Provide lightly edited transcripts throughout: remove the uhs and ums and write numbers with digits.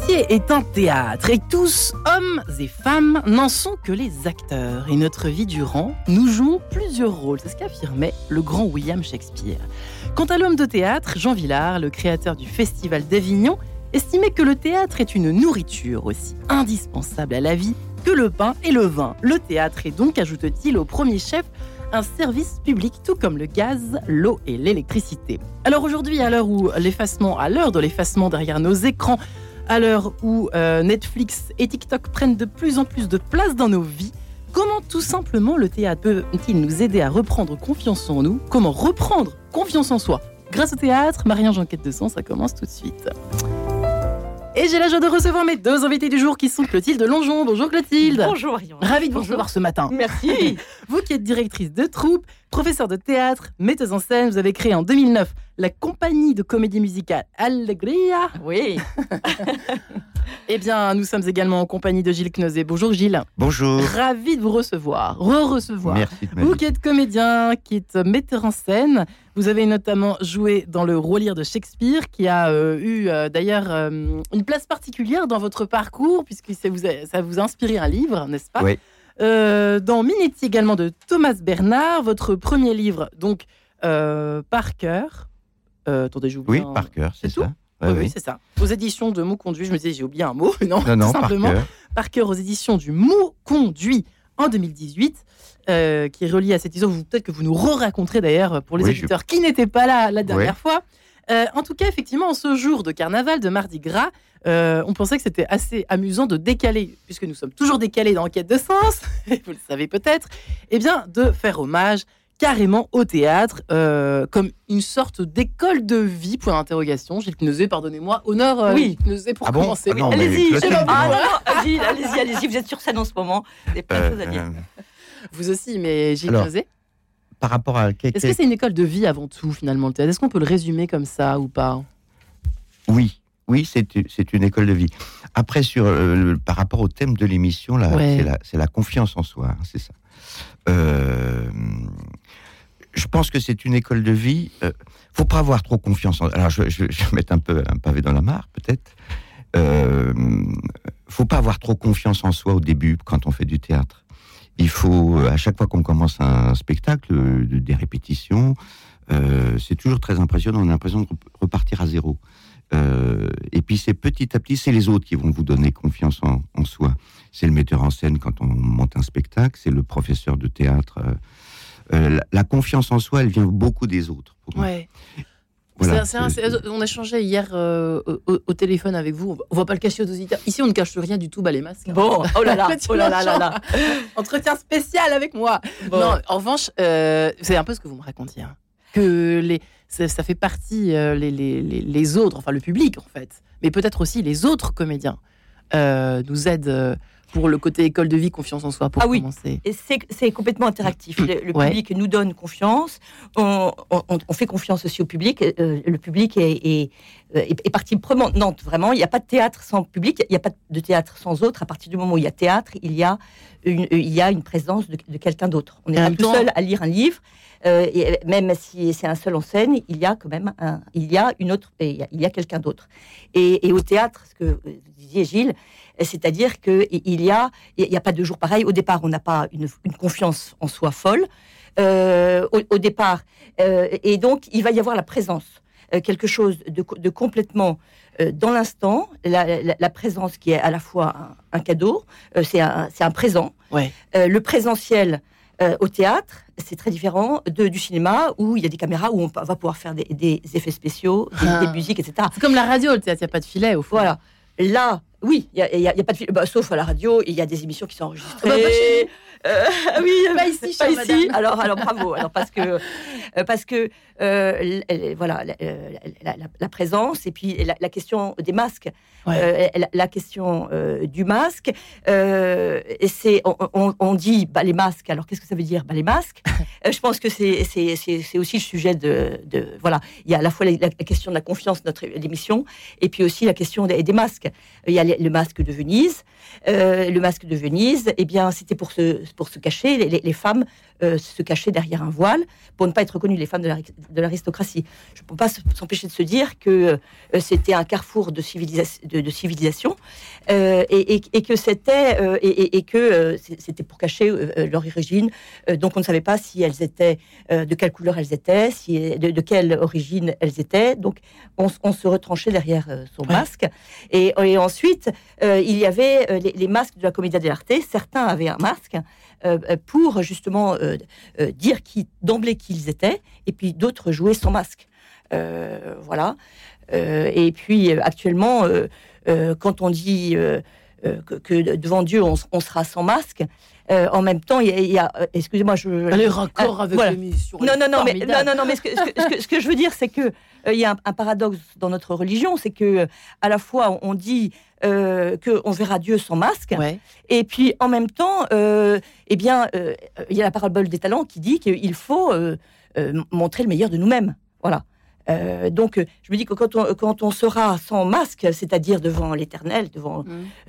métier est un théâtre et tous, hommes et femmes, n'en sont que les acteurs. Et notre vie durant, nous jouons plusieurs rôles. C'est ce qu'affirmait le grand William Shakespeare. Quant à l'homme de théâtre, Jean Vilar, le créateur du Festival d'Avignon, estimait que le théâtre est une nourriture aussi indispensable à la vie que le pain et le vin. Le théâtre est donc, ajoute-t-il au premier chef, un service public, tout comme le gaz, l'eau et l'électricité. Alors aujourd'hui, à l'heure de l'effacement derrière nos écrans, à l'heure où Netflix et TikTok prennent de plus en plus de place dans nos vies, comment tout simplement le théâtre peut-il nous aider à reprendre confiance en nous ? Comment reprendre confiance en soi ? Grâce au théâtre, Marie-Ange Enquête de Sens, ça commence tout de suite. Et j'ai la joie de recevoir mes deux invités du jour qui sont Clotilde Longeon. Bonjour Clotilde. Bonjour Marion. Ravie de vous recevoir ce matin. Merci. Vous qui êtes directrice de troupe, professeure de théâtre, metteuse en scène, vous avez créé en 2009 la compagnie de comédie musicale Allegria. Oui. Eh bien, nous sommes également en compagnie de Gilles Knosé. Bonjour Gilles. Bonjour. Ravi de vous recevoir, re-recevoir. Merci de Vous qui êtes comédien, qui êtes metteur en scène, vous avez notamment joué dans le Roi Lear de Shakespeare, qui a eu d'ailleurs une place particulière dans votre parcours, puisque ça vous a inspiré un livre, n'est-ce pas ? Oui. Dans Minetti également de Thomas Bernard, votre premier livre, donc Parker. Attendez, j'ai oublié. Oui, Parker, c'est tout ça. Oui, c'est ça. Aux éditions de Mots Conduits, je me disais, j'ai oublié un mot. Non, Non, tout simplement. Parker aux éditions du Mot Conduit en 2018, qui est relié à cette histoire. Peut-être que vous nous raconterez d'ailleurs pour les auditeurs qui n'étaient pas là la dernière fois. En tout cas, effectivement, en ce jour de carnaval, de Mardi Gras, on pensait que c'était assez amusant de décaler, puisque nous sommes toujours décalés dans Enquête de Sens, vous le savez peut-être, eh bien, de faire hommage carrément au théâtre, comme une sorte d'école de vie, point d'interrogation. Gilles Knosé, pardonnez-moi, honneur Gilles Knosé pour commencer. Non, allez-y, mais Gilles, allez-y, vous êtes sur scène en ce moment, il y a plein de choses à dire. Vous aussi, mais Gilles Knosé. Par rapport à... Est-ce que c'est une école de vie avant tout, finalement, le théâtre ? Est-ce qu'on peut le résumer comme ça ou pas ? Oui, c'est une école de vie. Après, par rapport au thème de l'émission, là, c'est la confiance en soi, hein, c'est ça. Je pense que c'est une école de vie. Faut pas avoir trop confiance en... Alors, je vais mettre un pavé dans la mare, peut-être. Faut pas avoir trop confiance en soi au début, quand on fait du théâtre. Il faut, à chaque fois qu'on commence un spectacle, des répétitions, c'est toujours très impressionnant. On a l'impression de repartir à zéro. Et puis c'est petit à petit, c'est les autres qui vont vous donner confiance en soi. C'est le metteur en scène quand on monte un spectacle, c'est le professeur de théâtre. La confiance en soi, elle vient beaucoup des autres. Pour moi. Voilà. On a échangé hier au téléphone avec vous. On ne va pas le cacher aux auditeurs. Ici, on ne cache rien du tout, les masques. Bon, oh là là. Entretien spécial avec moi. Bon. Non, en revanche, c'est un peu ce que vous me racontiez. Hein. Que ça fait partie, les autres, enfin le public en fait, mais peut-être aussi les autres comédiens nous aident pour le côté école de vie, confiance en soi, pour commencer. Et c'est complètement interactif. Le public nous donne confiance. On fait confiance aussi au public. Le public est partie prenante. Vraiment, il n'y a pas de théâtre sans public. Il n'y a pas de théâtre sans autre. À partir du moment où il y a théâtre, il y a une présence de quelqu'un d'autre. On n'est pas tout seul à lire un livre. Et même si c'est un seul en scène, il y a quand même il y a quelqu'un d'autre. Et au théâtre, ce que vous disiez Gilles, c'est-à-dire que il y a pas de jour pareil. Au départ, on n'a pas une confiance en soi folle. Au départ, et donc il va y avoir la présence, quelque chose de complètement dans l'instant. La présence qui est à la fois un cadeau, c'est un présent. Ouais. Le présentiel. Au théâtre, c'est très différent du cinéma où il y a des caméras où on va pouvoir faire des effets spéciaux, des musiques, etc. C'est comme la radio, le théâtre, il n'y a pas de filet au fond. Voilà. Là, oui, il y a pas de filet, sauf à la radio, il y a des émissions qui sont enregistrées. Oui, pas ici. Pas ici. Alors bravo. Alors parce que voilà la présence et puis la question des masques, la question du masque. Et on dit les masques. Alors qu'est-ce que ça veut dire les masques. Je pense que c'est aussi le sujet de voilà. Il y a à la fois la question de la confiance de notre émission et puis aussi la question des masques. Il y a le masque de Venise. Le masque de Venise, eh bien, c'était pour ce pour se cacher, les femmes se cachaient derrière un voile pour ne pas être reconnues, les femmes de l'aristocratie. Je ne peux pas s'empêcher de se dire que c'était un carrefour de civilisation et que c'était pour cacher leur origine. Donc on ne savait pas si elles étaient de quelle couleur elles étaient, de quelle origine elles étaient. Donc on se retranchait derrière son masque. Et ensuite il y avait les masques de la Commedia dell'arte. Certains avaient un masque pour justement dire d'emblée qui ils étaient, et puis d'autres jouaient sans masque. Voilà. Et puis actuellement, quand on dit que devant Dieu on sera sans masque, en même temps il y a excusez-moi, les raccords avec l'émission. Non, mais ce que je veux dire, c'est que il y a un paradoxe dans notre religion, c'est que à la fois on dit qu'on verra Dieu sans masque, et puis en même temps, il y a la parabole des talents qui dit qu'il faut montrer le meilleur de nous-mêmes. Voilà. Donc, je me dis que quand on sera sans masque, c'est-à-dire devant l'Éternel, devant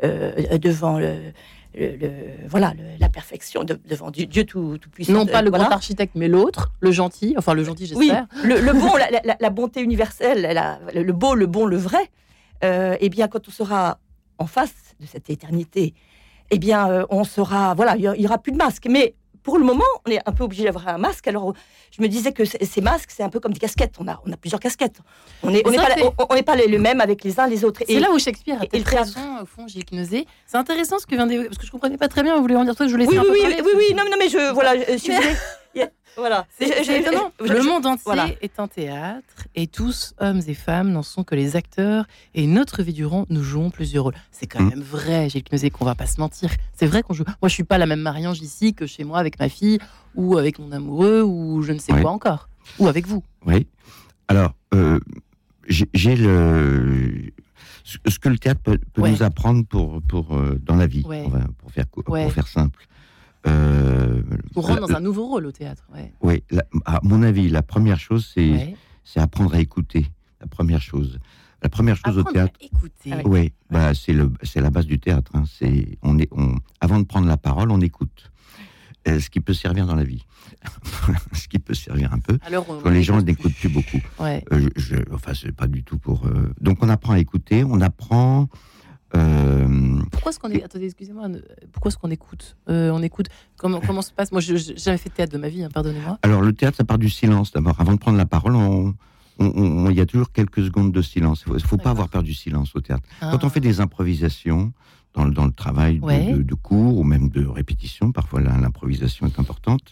la perfection, devant Dieu tout-puissant. Non pas le grand architecte, mais l'autre, le gentil, j'espère. Oui, le bon, la bonté universelle, le beau, le bon, le vrai. Eh bien, quand on sera en face de cette éternité, eh bien, on sera, il y aura plus de masque. Mais pour le moment, on est un peu obligé d'avoir un masque. Alors, je me disais que ces masques, c'est un peu comme des casquettes. On a plusieurs casquettes. On n'est pas les mêmes avec les uns les autres. C'est là où Shakespeare a très raison, au fond, Gilles Kneuzé. C'est intéressant ce que vient d'évoquer, parce que je ne comprenais pas très bien. Vous voulez en dire toi, je vous laisse Oui. Non, mais si vous voulez... Voilà. C'est étonnant. Le monde entier est un théâtre et tous, hommes et femmes, n'en sont que les acteurs. Et notre vie durant, nous jouons plusieurs rôles. C'est quand même vrai, Gilles Kneuzé, qu'on va pas se mentir. C'est vrai qu'on joue. Moi, je suis pas la même Marie-Ange ici que chez moi avec ma fille ou avec mon amoureux ou je ne sais quoi encore. Ou avec vous. Oui. Alors, j'ai ce que le théâtre peut nous apprendre pour dans la vie, pour faire simple. On rentre dans un nouveau rôle au théâtre. Oui, à mon avis, la première chose, c'est apprendre à écouter. La première chose au théâtre. Oui, c'est la base du théâtre. Hein. Avant de prendre la parole, on écoute. Ce qui peut servir dans la vie. Ce qui peut servir un peu. Quand les gens n'écoutent plus beaucoup. C'est pas du tout pour. Donc on apprend à écouter, on apprend. Pourquoi est-ce qu'on est... Attendez, excusez-moi. Pourquoi est-ce qu'on écoute On écoute. Comment se passe? Moi, j'ai jamais fait de théâtre de ma vie. Pardonnez-moi. Alors, le théâtre, ça part du silence d'abord. Avant de prendre la parole, il y a toujours quelques secondes de silence. Il faut pas avoir peur du silence au théâtre. Quand on fait des improvisations dans le travail de cours ou même de répétition, parfois l'improvisation est importante.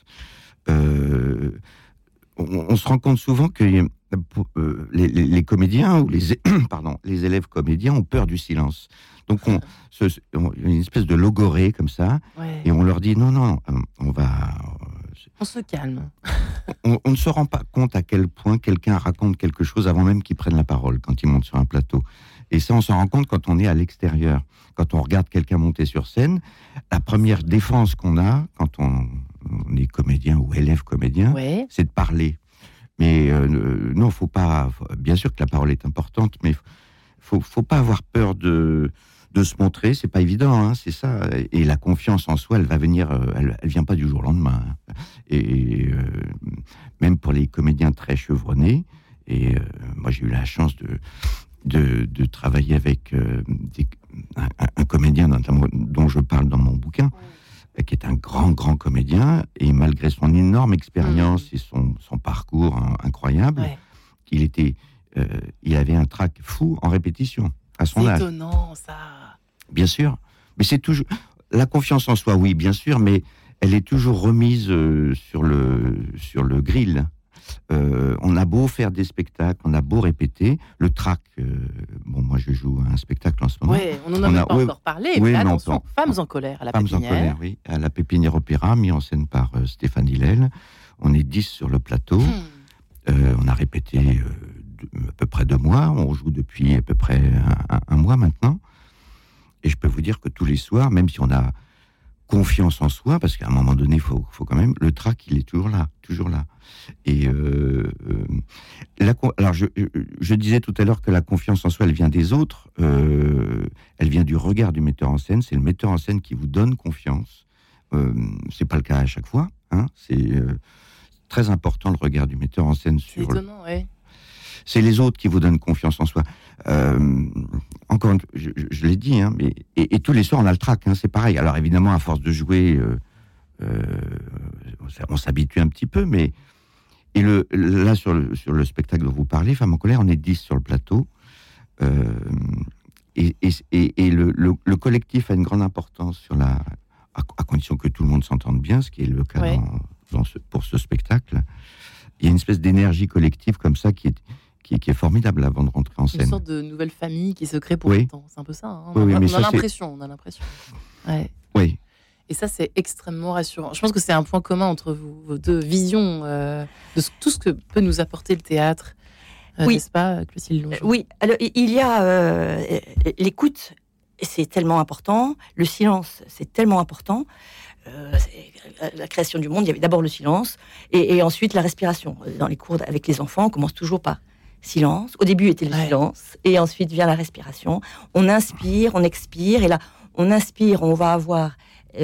On se rend compte souvent que les comédiens ou les élèves comédiens ont peur du silence. Donc une espèce de logorée comme ça, et on leur dit non, on se calme. On ne se rend pas compte à quel point quelqu'un raconte quelque chose avant même qu'il prenne la parole quand il monte sur un plateau. Et ça, on s'en rend compte quand on est à l'extérieur. Quand on regarde quelqu'un monter sur scène, la première défense qu'on a quand on est comédien ou élève comédien, c'est de parler. Mais non, faut pas. Bien sûr que la parole est importante, mais faut pas avoir peur de se montrer. C'est pas évident, hein, c'est ça. Et la confiance en soi, elle va venir. Elle vient pas du jour au lendemain. Et même pour les comédiens très chevronnés. Et moi, j'ai eu la chance de travailler avec un comédien dont je parle dans mon bouquin, qui est un grand comédien, et malgré son énorme expérience et son parcours incroyable, il avait un trac fou en répétition, à son âge. C'est étonnant, ça. Bien sûr, mais c'est toujours... La confiance en soi, oui, bien sûr, mais elle est toujours remise sur le grill. On a beau faire des spectacles, on a beau répéter, le trac. Moi, je joue un spectacle en ce moment. Oui, on n'en a pas encore parlé. Mais attention, Femmes en colère à la Pépinière. Femmes en colère, oui, à la Pépinière Opéra, mis en scène par Stéphane Hillel. On est 10 sur le plateau. On a répété à peu près 2 mois. On joue depuis à peu près un mois maintenant. Et je peux vous dire que tous les soirs, même si on a confiance en soi, parce qu'à un moment donné, il faut quand même... Le trac, il est toujours là. Et alors, je disais tout à l'heure que la confiance en soi, elle vient des autres. Elle vient du regard du metteur en scène. C'est le metteur en scène qui vous donne confiance C'est pas le cas à chaque fois. Hein. C'est très important le regard du metteur en scène sur. C'est étonnant, ouais. C'est les autres qui vous donnent confiance en soi. Encore, je l'ai dit, hein, mais et tous les soirs on a le trac, hein, c'est pareil. Alors évidemment, à force de jouer, on s'habitue un petit peu, mais là sur le spectacle dont vous parlez, Femmes en colère, on est 10 sur le plateau, et le collectif a une grande importance à condition que tout le monde s'entende bien, ce qui est le cas pour ce spectacle. Il y a une espèce d'énergie collective comme ça qui est formidable avant de rentrer en scène. Une sorte de nouvelle famille qui se crée pour le temps. C'est un peu ça. Hein. On a l'impression. Ouais. Oui. Et ça, c'est extrêmement rassurant. Je pense que c'est un point commun entre vos deux visions de tout ce que peut nous apporter le théâtre. N'est-ce pas, Clotilde Longeau ? Oui. Alors, il y a l'écoute, c'est tellement important. Le silence, c'est tellement important. La création du monde, il y avait d'abord le silence et ensuite la respiration. Dans les cours avec les enfants, on commence toujours par silence. Au début était le silence et ensuite vient la respiration. On inspire, on expire et là, on inspire, on va avoir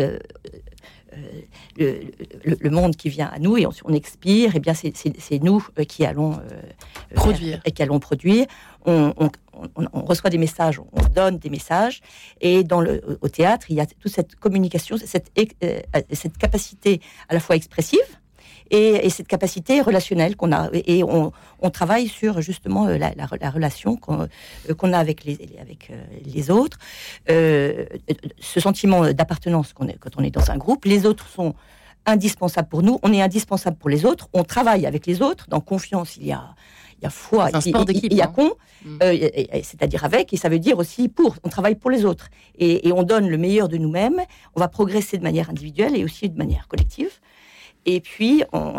le monde qui vient à nous et on expire. Et bien c'est nous qui allons produire. On reçoit des messages, on donne des messages, et au théâtre, il y a toute cette communication, cette capacité à la fois expressive et cette capacité relationnelle qu'on a, et on travaille sur justement la relation qu'on a avec les autres, ce sentiment d'appartenance quand on est dans un groupe. Les autres sont indispensables pour nous, on est indispensable pour les autres, on travaille avec les autres, dans confiance il y a foi, il y a con, c'est-à-dire avec, et ça veut dire aussi on travaille pour les autres, et on donne le meilleur de nous-mêmes, on va progresser de manière individuelle et aussi de manière collective, et puis on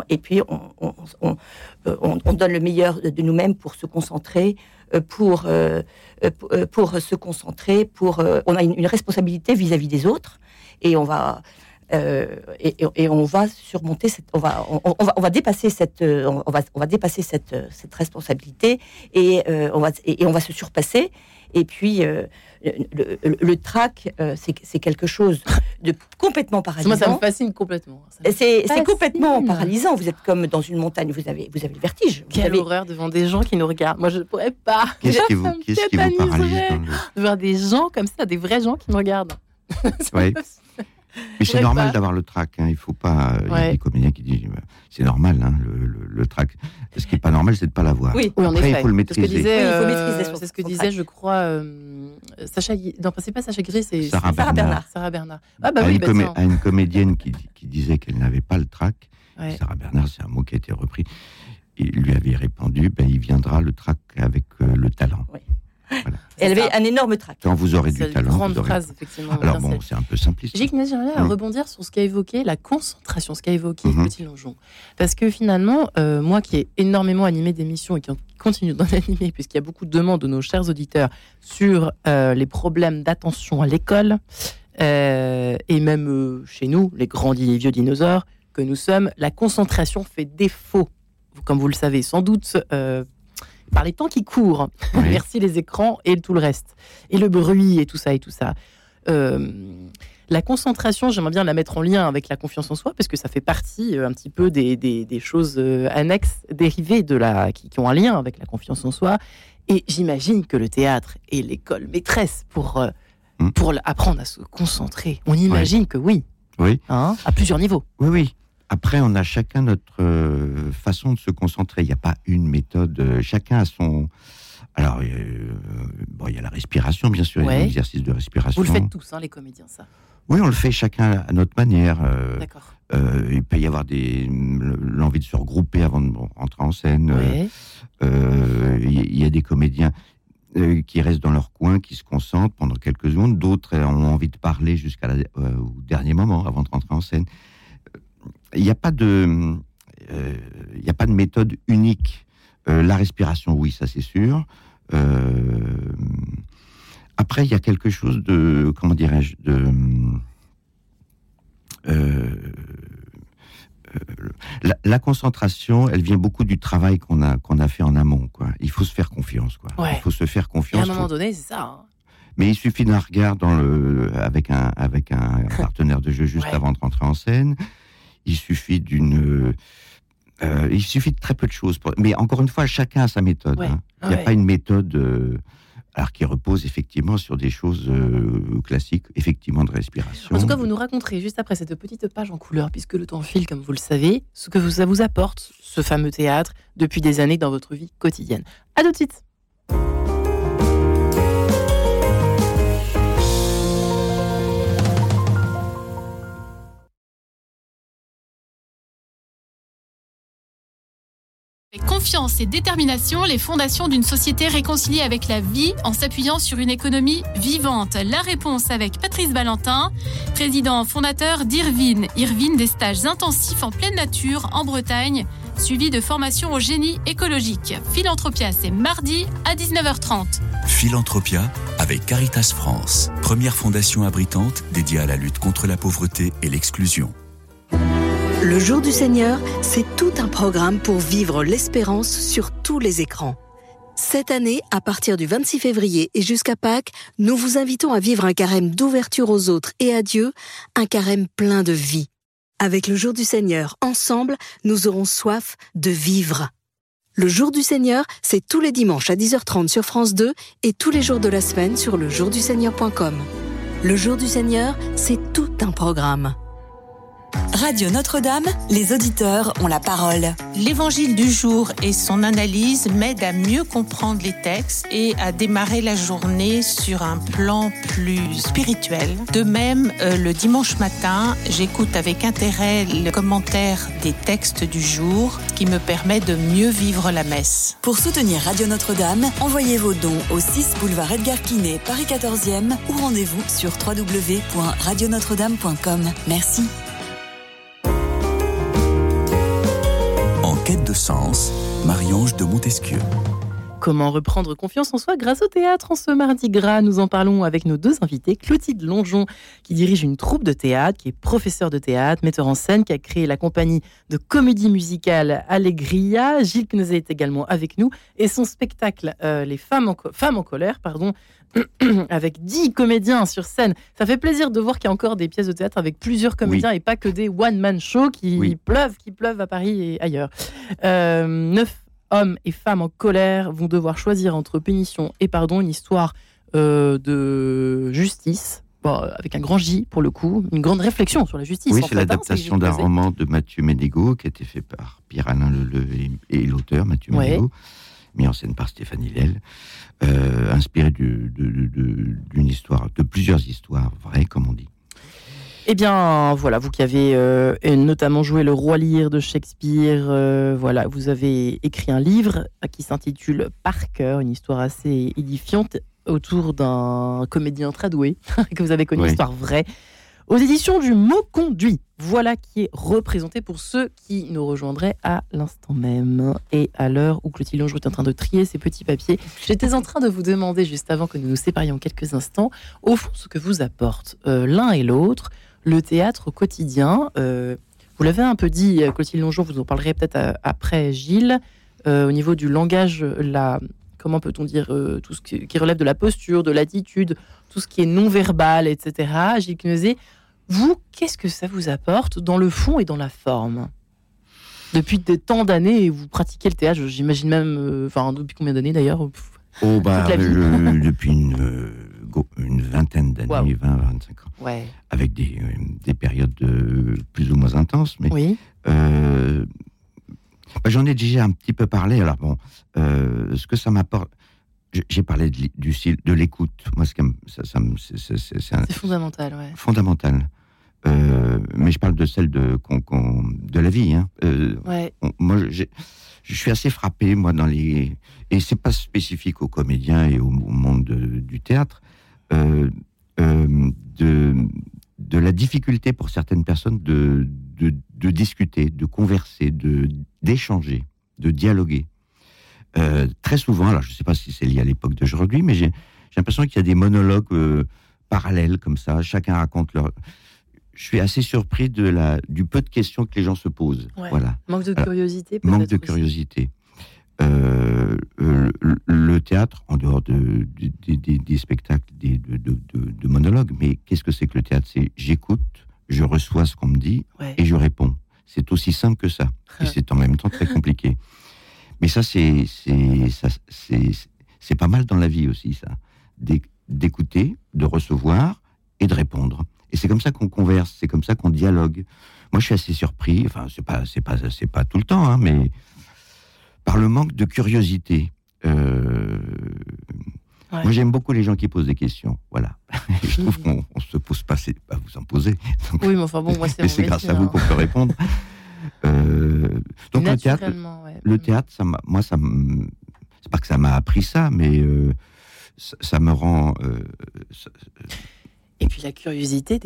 donne le meilleur de nous-mêmes pour se concentrer, on a une responsabilité vis-à-vis des autres, et on va surmonter on va dépasser cette responsabilité, et on va se surpasser. Et puis le trac, c'est quelque chose de complètement paralysant. Moi, ça me fascine complètement. C'est complètement paralysant. Vous êtes comme dans une montagne, vous avez le vertige. Quelle horreur devant des gens qui nous regardent. Moi, je ne pourrais pas. Qu'est-ce qui vous paralyse de voir des gens comme ça, des vrais gens qui me regardent. Oui. Mais c'est normal d'avoir le trac, hein. Il faut pas. Il y a des comédiens qui disent c'est normal, hein, le trac. Ce qui est pas normal, c'est de pas l'avoir. Oui, après, il faut le maîtriser. Il faut maîtriser. C'est ce que disait, je crois, Sacha. Non, c'est pas Sacha Gris, c'est Sarah Bernard. Sarah Bernard. À une comédienne qui disait qu'elle n'avait pas le trac. Sarah Bernard, c'est un mot qui a été repris. Il lui avait répondu il viendra le trac avec le talent. Oui. Voilà. Elle avait un énorme trac. Quand vous aurez du talent. C'est une grande phrase, effectivement. Alors bon, c'est un peu simpliste. J'aimerais rebondir sur ce qu'a évoqué, la concentration, ce qu'a évoqué Clotilde Longeau. Parce que finalement, moi qui ai énormément animé d'émissions et qui continue d'en animer, puisqu'il y a beaucoup de demandes de nos chers auditeurs sur les problèmes d'attention à l'école, et même chez nous, les grands et vieux dinosaures que nous sommes, la concentration fait défaut, comme vous le savez sans doute, par les temps qui courent. Oui. Merci les écrans et tout le reste. Et le bruit et tout ça. La concentration, j'aimerais bien la mettre en lien avec la confiance en soi, parce que ça fait partie un petit peu des choses annexes, dérivées qui ont un lien avec la confiance en soi. Et j'imagine que le théâtre est l'école maîtresse pour apprendre à se concentrer. On imagine que oui. Hein, à plusieurs niveaux. Oui. Après, on a chacun notre façon de se concentrer. Il n'y a pas une méthode. Chacun a son... Alors, il y a la respiration, bien sûr. Il y a l'exercice de respiration. Vous le faites tous, les comédiens, ça. Oui, on le fait chacun à notre manière. D'accord. Il peut y avoir l'envie de se regrouper avant de rentrer en scène. Il y a des comédiens qui restent dans leur coin, qui se concentrent pendant quelques secondes. D'autres ont envie de parler au dernier moment, avant de rentrer en scène. Il n'y a pas de méthode unique. La respiration, oui, ça c'est sûr. Après, il y a quelque chose de, comment dirais-je, la concentration, elle vient beaucoup du travail qu'on a fait en amont, quoi. Il faut se faire confiance, quoi. Ouais. Il faut se faire confiance. Et à un moment donné, c'est ça. Mais il suffit d'un regard avec un partenaire de jeu juste avant de rentrer en scène. Il suffit de très peu de choses. Mais encore une fois, chacun a sa méthode. Ouais. Hein. Il n'y a pas une méthode qui repose effectivement sur des choses classiques, effectivement de respiration. En tout cas, vous nous raconterez juste après cette petite page en couleur, puisque le temps file, comme vous le savez, ce que ça vous apporte, ce fameux théâtre, depuis des années dans votre vie quotidienne. À tout de suite. Avec confiance et détermination, les fondations d'une société réconciliée avec la vie en s'appuyant sur une économie vivante. La réponse avec Patrice Valentin, président fondateur d'Irvine. Irvine, des stages intensifs en pleine nature en Bretagne, suivi de formations au génie écologique. Philanthropia, c'est mardi à 19h30. Philanthropia avec Caritas France, première fondation abritante dédiée à la lutte contre la pauvreté et l'exclusion. Le Jour du Seigneur, c'est tout un programme pour vivre l'espérance sur tous les écrans. Cette année, à partir du 26 février et jusqu'à Pâques, nous vous invitons à vivre un carême d'ouverture aux autres et à Dieu, un carême plein de vie. Avec le Jour du Seigneur, ensemble, nous aurons soif de vivre. Le Jour du Seigneur, c'est tous les dimanches à 10h30 sur France 2 et tous les jours de la semaine sur lejourduseigneur.com. Le Jour du Seigneur, c'est tout un programme. Radio Notre-Dame, les auditeurs ont la parole. L'évangile du jour et son analyse m'aident à mieux comprendre les textes et à démarrer la journée sur un plan plus spirituel. De même, le dimanche matin, j'écoute avec intérêt le commentaire des textes du jour qui me permet de mieux vivre la messe. Pour soutenir Radio Notre-Dame, envoyez vos dons au 6 boulevard Edgar Quinet, Paris 14e ou rendez-vous sur www.radionotre-dame.com. Merci. En quête de sens, Marie-Ange de Montesquieu. Comment reprendre confiance en soi grâce au théâtre en ce mardi gras? Nous en parlons avec nos deux invités. Clotilde Longeon, qui dirige une troupe de théâtre, qui est professeur de théâtre, metteur en scène, qui a créé la compagnie de comédie musicale Allegria. Gilles Kneuzet est également avec nous. Et son spectacle, Les femmes en colère, avec 10 comédiens sur scène. Ça fait plaisir de voir qu'il y a encore des pièces de théâtre avec plusieurs comédiens et pas que des one-man shows qui pleuvent à Paris et ailleurs. 9 hommes et femmes en colère vont devoir choisir entre pénition et pardon, une histoire de justice, avec un grand J pour le coup, une grande réflexion sur la justice. Oui, c'est l'adaptation d'un roman de Mathieu Ménégo qui a été fait par Pierre-Alain Leleu et l'auteur Mathieu Ménégo, mis en scène par Stéphanie Lel, inspiré d'une histoire, de plusieurs histoires vraies, comme on dit. Eh bien, voilà, vous qui avez notamment joué Le Roi Lear de Shakespeare, voilà, vous avez écrit un livre qui s'intitule Par cœur, une histoire assez édifiante autour d'un comédien très doué que vous avez connu, une histoire vraie, aux éditions du Mot Conduit. Voilà qui est représenté pour ceux qui nous rejoindraient à l'instant même. Et à l'heure où Clotilde Longeon est en train de trier ses petits papiers, j'étais en train de vous demander, juste avant que nous nous séparions quelques instants, au fond, ce que vous apporte l'un et l'autre, le théâtre au quotidien. Vous l'avez un peu dit, Clotilde Longeon, vous en parlerez peut-être après Gilles, au niveau du langage, comment peut-on dire, tout ce qui relève de la posture, de l'attitude, tout ce qui est non-verbal, etc. Gilles Kneuzet, vous, qu'est-ce que ça vous apporte dans le fond et dans la forme? Depuis tant d'années, vous pratiquez le théâtre, j'imagine même, depuis combien d'années d'ailleurs? Depuis une vingtaine d'années, 20-25 ans. Ouais. Avec des périodes plus ou moins intenses, mais j'en ai déjà un petit peu parlé. Alors bon, ce que ça m'apporte, j'ai parlé de l'écoute. Moi, c'est fondamental, ouais. Fondamental. Mais je parle de celle de la vie. Hein. Moi, je suis assez frappé, moi, et c'est pas spécifique aux comédiens et au monde du théâtre, de la difficulté pour certaines personnes de discuter, de converser, d'échanger, de dialoguer. Très souvent, alors je ne sais pas si c'est lié à l'époque d'aujourd'hui, mais j'ai l'impression qu'il y a des monologues parallèles comme ça, chacun raconte leur... Je suis assez surpris du peu de questions que les gens se posent. Ouais. Voilà. Manque de curiosité, peut-être. Manque de curiosité. le théâtre, en dehors des spectacles, de monologues, mais qu'est-ce que c'est que le théâtre ? C'est j'écoute, je reçois ce qu'on me dit et je réponds. C'est aussi simple que ça. Et c'est en même temps très compliqué. Mais ça, c'est pas mal dans la vie aussi, ça. D'écouter, de recevoir et de répondre. Et c'est comme ça qu'on converse, c'est comme ça qu'on dialogue. Moi, je suis assez surpris, enfin, c'est pas tout le temps, hein, mais par le manque de curiosité. Moi, j'aime beaucoup les gens qui posent des questions. Voilà. Je trouve qu'on se pose pas, c'est pas vous en poser. Donc, oui, mais enfin bon, moi, c'est grâce à vous qu'on peut répondre. Donc le théâtre, c'est pas que ça m'a appris ça, mais ça me rend. Et puis la curiosité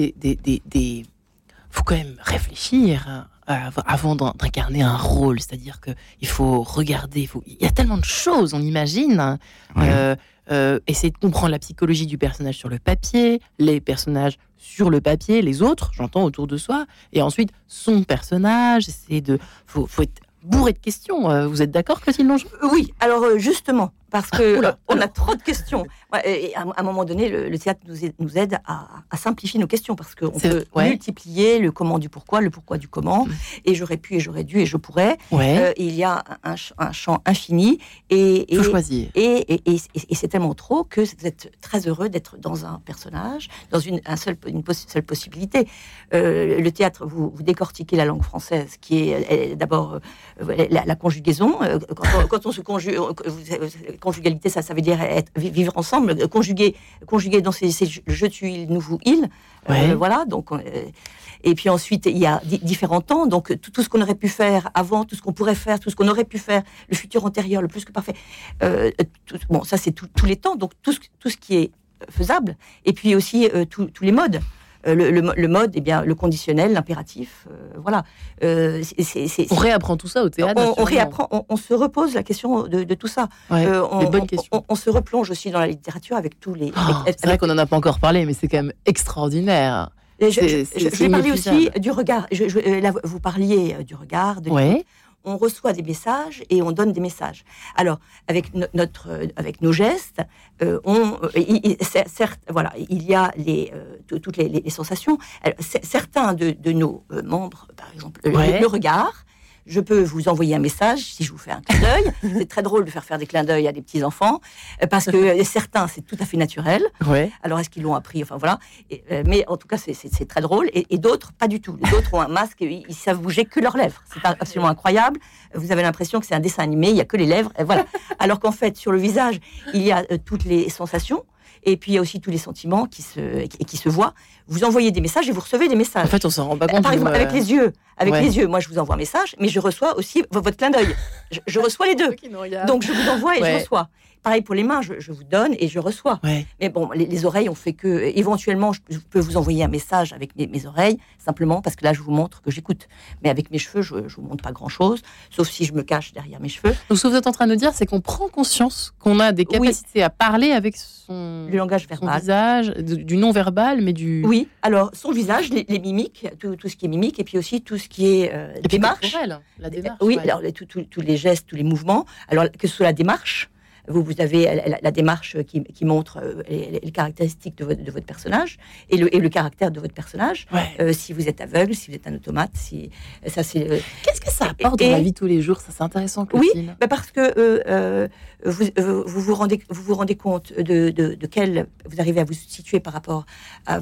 faut quand même réfléchir avant d'incarner un rôle, c'est-à-dire que il faut regarder. Il y a tellement de choses, on imagine. Essayer de comprendre la psychologie du personnage sur le papier, les personnages sur le papier, les autres, j'entends, autour de soi, et ensuite son personnage. Faut être bourré de questions. Vous êtes d'accord, Clotilde Longeon ? Oui, alors justement, parce que on a trop de questions. Et à un moment donné, le théâtre nous aide à simplifier nos questions, parce qu'on peut multiplier le comment du pourquoi, le pourquoi du comment, et j'aurais pu, et j'aurais dû, et je pourrais. Il y a un champ infini, et choisir. Et c'est tellement trop que vous êtes très heureux d'être dans un personnage, dans une seule possibilité. Le théâtre, vous décortiquez la langue française, qui est d'abord la conjugaison. Quand on se conjugue, conjugalité, ça veut dire vivre ensemble, conjuguer dans c'est je, tu, il, nous, vous, il. Voilà, donc. Et puis ensuite, il y a différents temps, donc tout ce qu'on aurait pu faire avant, tout ce qu'on pourrait faire, tout ce qu'on aurait pu faire, le futur antérieur, le plus que parfait. Ça c'est tous les temps, donc tout ce qui est faisable. Et puis aussi tous les modes. Le mode, le conditionnel, l'impératif, voilà. On réapprend tout ça au théâtre. On réapprend, on se repose la question de tout ça. Les bonnes questions. On se replonge aussi dans la littérature avec tous les. C'est vrai qu'on n'en a pas encore parlé, mais c'est quand même extraordinaire. Je vais parler aussi du regard. Là, vous parliez du regard, de on reçoit des messages et on donne des messages. Alors, avec nos gestes, certes, voilà, il y a toutes les sensations. Alors, certains de nos membres, par exemple, le regard. Je peux vous envoyer un message si je vous fais un clin d'œil. C'est très drôle de faire des clins d'œil à des petits enfants parce que certains c'est tout à fait naturel. Alors est-ce qu'ils l'ont appris ? Enfin voilà. Mais en tout cas c'est très drôle et d'autres pas du tout. Les autres ont un masque, ils savent bouger que leurs lèvres. C'est absolument incroyable. Vous avez l'impression que c'est un dessin animé. Il y a que les lèvres. Et voilà. Alors qu'en fait sur le visage il y a toutes les sensations. Et puis il y a aussi tous les sentiments qui se voient. Vous envoyez des messages et vous recevez des messages. En fait, on s'en rend pas compte. Par exemple, avec les yeux. Les yeux, moi je vous envoie un message, mais je reçois aussi votre clin d'œil. Je reçois les deux. Donc je vous envoie et je reçois. Pareil pour les mains, je vous donne et je reçois. Mais bon, les oreilles, on fait que... Éventuellement, je peux vous envoyer un message avec mes oreilles, simplement parce que là, je vous montre que j'écoute. Mais avec mes cheveux, je ne vous montre pas grand-chose, sauf si je me cache derrière mes cheveux. Donc, ce que vous êtes en train de dire, c'est qu'on prend conscience qu'on a des capacités à parler avec le langage verbal. Son visage, du non-verbal, mais du... Oui, alors, son visage, les mimiques, tout ce qui est mimique, et puis aussi tout ce qui est démarche. La démarche. Oui, alors tous les gestes, tous les mouvements. Alors, que ce soit la démarche, vous avez la démarche qui montre les caractéristiques de votre personnage et le caractère de votre personnage. Si vous êtes aveugle, si vous êtes un automate, Qu'est-ce que ça apporte dans la vie de tous les jours ? Ça, c'est intéressant, Clotilde. Oui, parce que vous vous rendez compte de quel vous arrivez à vous situer par rapport à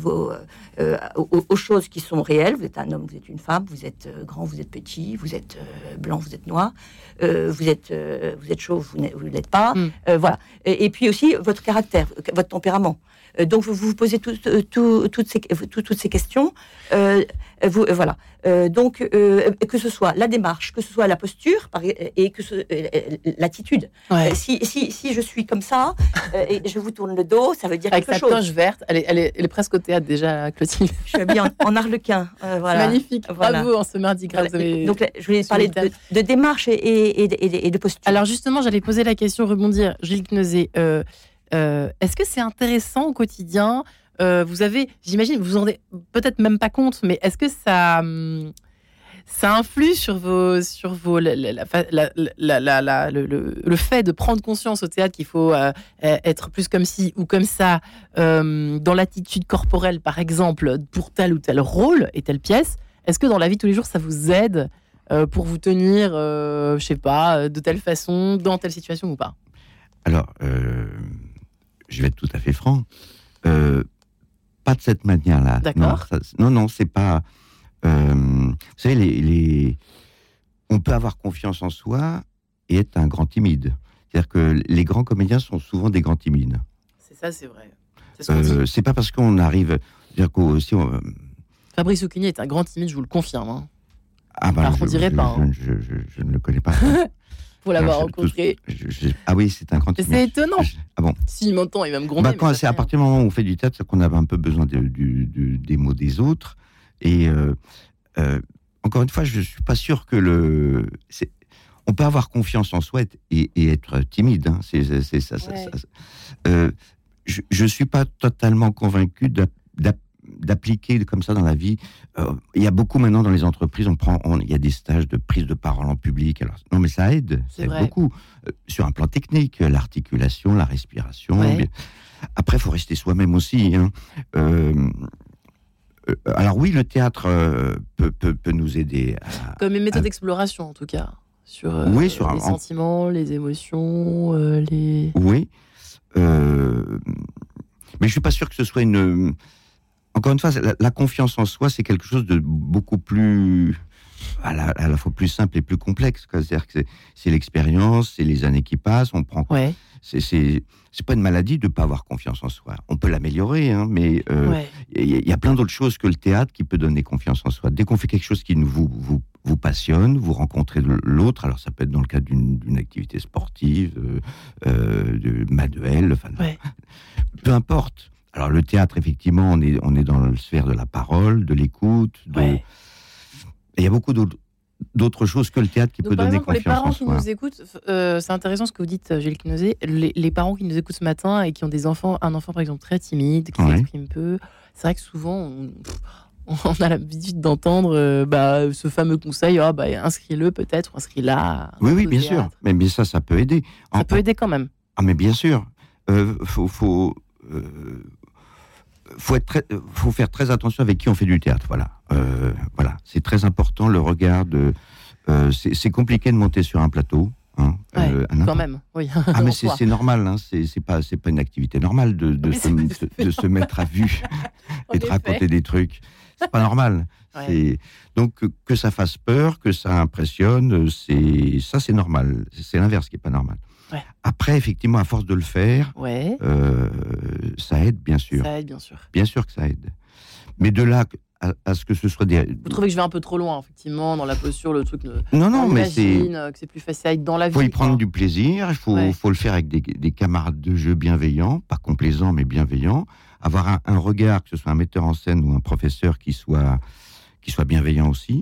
aux choses qui sont réelles. Vous êtes un homme, vous êtes une femme, vous êtes grand, vous êtes petit, vous êtes blanc, vous êtes noir, vous êtes chauve, vous ne l'êtes pas. Voilà. Et puis aussi votre caractère, votre tempérament. Donc vous posez toutes ces questions. Voilà. Donc que ce soit la démarche, que ce soit la posture et que l'attituide. Si je suis comme ça et je vous tourne le dos, ça veut dire avec quelque chose. Avec sa toche verte, elle est presque au théâtre déjà, Clotilde. Je suis habillée en arlequin. Voilà. Magnifique. Voilà. Bravo en ce mardi gras. Donc là, je voulais parler de démarche et de posture. Alors justement, j'allais poser la question, rebondir, Gilles Kneuzé. Est-ce que c'est intéressant au quotidien ? Vous avez, j'imagine, vous vous en rendez peut-être même pas compte, mais est-ce que Ça influe sur le fait de prendre conscience au théâtre qu'il faut être plus comme ci ou comme ça dans l'attitude corporelle, par exemple, pour tel ou tel rôle et telle pièce. Est-ce que dans la vie de tous les jours, ça vous aide pour vous tenir, je sais pas, de telle façon, dans telle situation ou pas ? Alors, je vais être tout à fait franc. Pas de cette manière-là. D'accord. Non, c'est pas... vous savez, on peut avoir confiance en soi et être un grand timide. C'est-à-dire que les grands comédiens sont souvent des grands timides. C'est ça, c'est vrai. C'est, c'est pas parce qu'on arrive... C'est-à-dire qu'aussi... Fabrice Lucchini est un grand timide, je vous le confirme. Hein. Ah ben, alors, on dirait pas. Je ne le connais pas. Pour l'avoir rencontré. Ah oui, c'est un grand timide. C'est étonnant. Ah bon. S'il m'entend, il va me gronder. C'est à partir du moment où on fait du théâtre, c'est qu'on a un peu besoin des mots des autres. Et encore une fois, je ne suis pas sûr que on peut avoir confiance en soi et être timide. Hein. C'est ça. Je ne suis pas totalement convaincu d'appliquer comme ça dans la vie. Il y a beaucoup maintenant dans les entreprises, il y a des stages de prise de parole en public. Alors, non, mais ça aide beaucoup. Sur un plan technique, l'articulation, la respiration. Ouais. Après, il faut rester soi-même aussi. Hein. Alors oui, le théâtre peut nous aider. Comme une méthode d'exploration, en tout cas. Sur les sentiments, les émotions, les... Oui. Mais je ne suis pas sûr que ce soit une... Encore une fois, la confiance en soi, c'est quelque chose de beaucoup plus... à la fois plus simple et plus complexe. C'est-à-dire que c'est l'expérience, c'est les années qui passent, on prend... Ouais. C'est pas une maladie de ne pas avoir confiance en soi. On peut l'améliorer, hein, mais y a plein d'autres choses que le théâtre qui peut donner confiance en soi. Dès qu'on fait quelque chose qui vous passionne, vous rencontrez l'autre, alors ça peut être dans le cadre d'une activité sportive, manuelle, enfin, peu importe. Alors le théâtre, effectivement, on est dans la sphère de la parole, de l'écoute. Il y a beaucoup d'autres choses que le théâtre qui peut donner confiance en soi. Pour les parents qui nous écoutent, c'est intéressant ce que vous dites, Gilles Knozé. Les parents qui nous écoutent ce matin et qui ont un enfant par exemple très timide, qui s'exprime peu, c'est vrai que souvent on a l'habitude d'entendre ce fameux conseil, inscris-le peut-être, ou inscris-la. Oui, bien sûr. Mais ça peut aider. Ça peut aider quand même. Ah, mais bien sûr. Faut faire très attention avec qui on fait du théâtre. Voilà, c'est très important le regard. C'est compliqué de monter sur un plateau. Hein, quand même. Oui. Ah mais c'est normal. Hein, c'est pas une activité normale de se mettre à vue et de raconter des trucs. C'est pas normal. Donc que ça fasse peur, que ça impressionne, c'est normal. C'est l'inverse qui est pas normal. Ouais. Après, effectivement, à force de le faire, ça aide, bien sûr. Ça aide, bien sûr. Bien sûr que ça aide. Mais de là à ce que ce soit des... Vous trouvez que je vais un peu trop loin, effectivement, dans la posture, le truc... Non, mais que c'est plus facile à être dans la vie. Il faut y prendre du plaisir, il faut le faire avec des camarades de jeu bienveillants, pas complaisants, mais bienveillants. Avoir un regard, que ce soit un metteur en scène ou un professeur qui soit bienveillant aussi.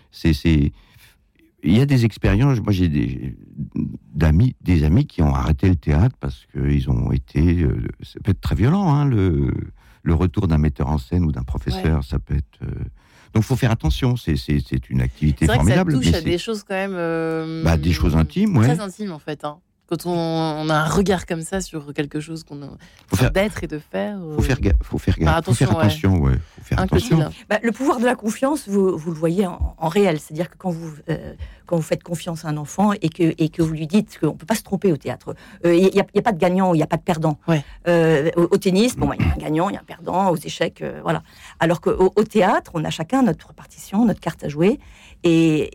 Il y a des expériences, moi j'ai des amis qui ont arrêté le théâtre parce qu'ils ont été... ça peut être très violent, hein, le retour d'un metteur en scène ou d'un professeur, ça peut être... Donc il faut faire attention, c'est une activité formidable. C'est vrai que ça touche à des choses quand même... des choses intimes, très intimes en fait, hein. Quand on a un regard comme ça sur quelque chose qu'on a d'être et de faire... Faut faire attention. Le pouvoir de la confiance, vous le voyez en réel. C'est-à-dire que quand vous faites confiance à un enfant et que vous lui dites qu'on ne peut pas se tromper au théâtre, il n'y a pas de gagnant, il n'y a pas de perdant. Au tennis, il y a un gagnant, il y a un perdant, aux échecs, voilà. Alors qu'au théâtre, on a chacun notre partition, notre carte à jouer. Et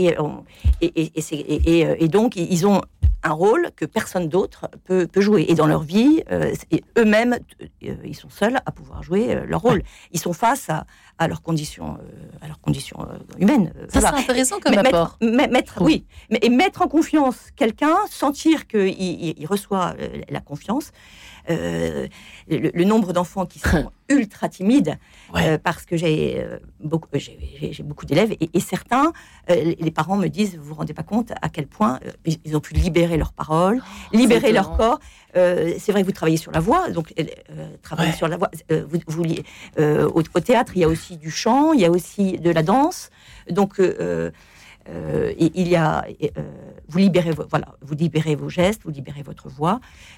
donc, ils ont un rôle que personne d'autre peut jouer. Et dans leur vie, eux-mêmes, ils sont seuls à pouvoir jouer leur rôle. Ils sont face à leurs conditions, humaines. Ça, c'est intéressant comme apport. Mettre en confiance quelqu'un, sentir qu'il reçoit la confiance. Le nombre d'enfants qui sont ultra timides, parce que j'ai beaucoup d'élèves et certains, les parents me disent, vous vous rendez pas compte à quel point ils ont pu libérer leurs paroles, libérer leur corps. c'est vrai que vous travaillez sur la voix, donc travailler sur la voix. Au théâtre, il y a aussi du chant, il y a aussi de la danse. Donc, il y a, vous libérez vos gestes, vous libérez votre voix.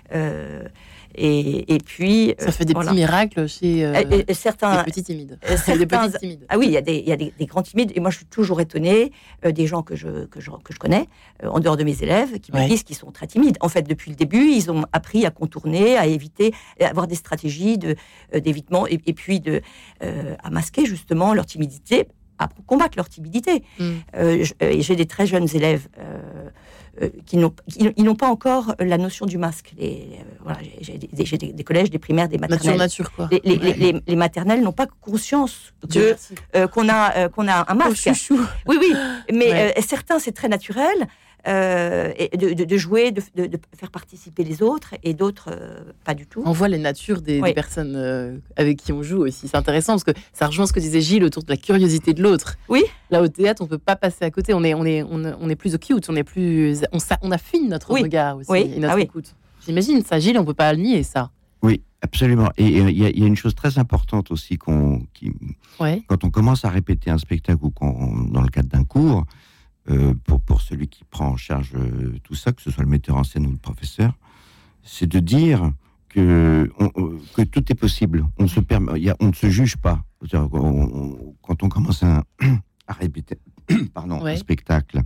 Et puis ça fait des petits miracles chez certains des petits timides. Des petits timides. Ah oui, il y a des grands timides. Et moi, je suis toujours étonnée des gens que je connais, en dehors de mes élèves, qui me disent qu'ils sont très timides. En fait, depuis le début, ils ont appris à contourner, à éviter, à avoir des stratégies d'évitement et puis à masquer justement leur timidité, à combattre leur timidité. J'ai des très jeunes élèves qui n'ont pas encore la notion du masque. J'ai des collèges, des primaires, des maternelles. Nature, quoi. Les maternelles n'ont pas conscience qu'on a un masque. Oui, mais certains, c'est très naturel. De jouer, de faire participer les autres, et d'autres, pas du tout. On voit les natures des personnes avec qui on joue aussi. C'est intéressant parce que ça rejoint ce que disait Gilles autour de la curiosité de l'autre. Oui. Là, au théâtre, on peut pas passer à côté. On est plus cute, on affine notre regard aussi, et notre écoute. J'imagine ça, Gilles, on peut pas le nier, ça. Oui, absolument. Et il y a une chose très importante aussi quand on commence à répéter un spectacle ou dans le cadre d'un cours, pour celui qui prend en charge tout ça, que ce soit le metteur en scène ou le professeur, c'est de dire que tout est possible. On ne se juge pas. Quand on commence à répéter un spectacle,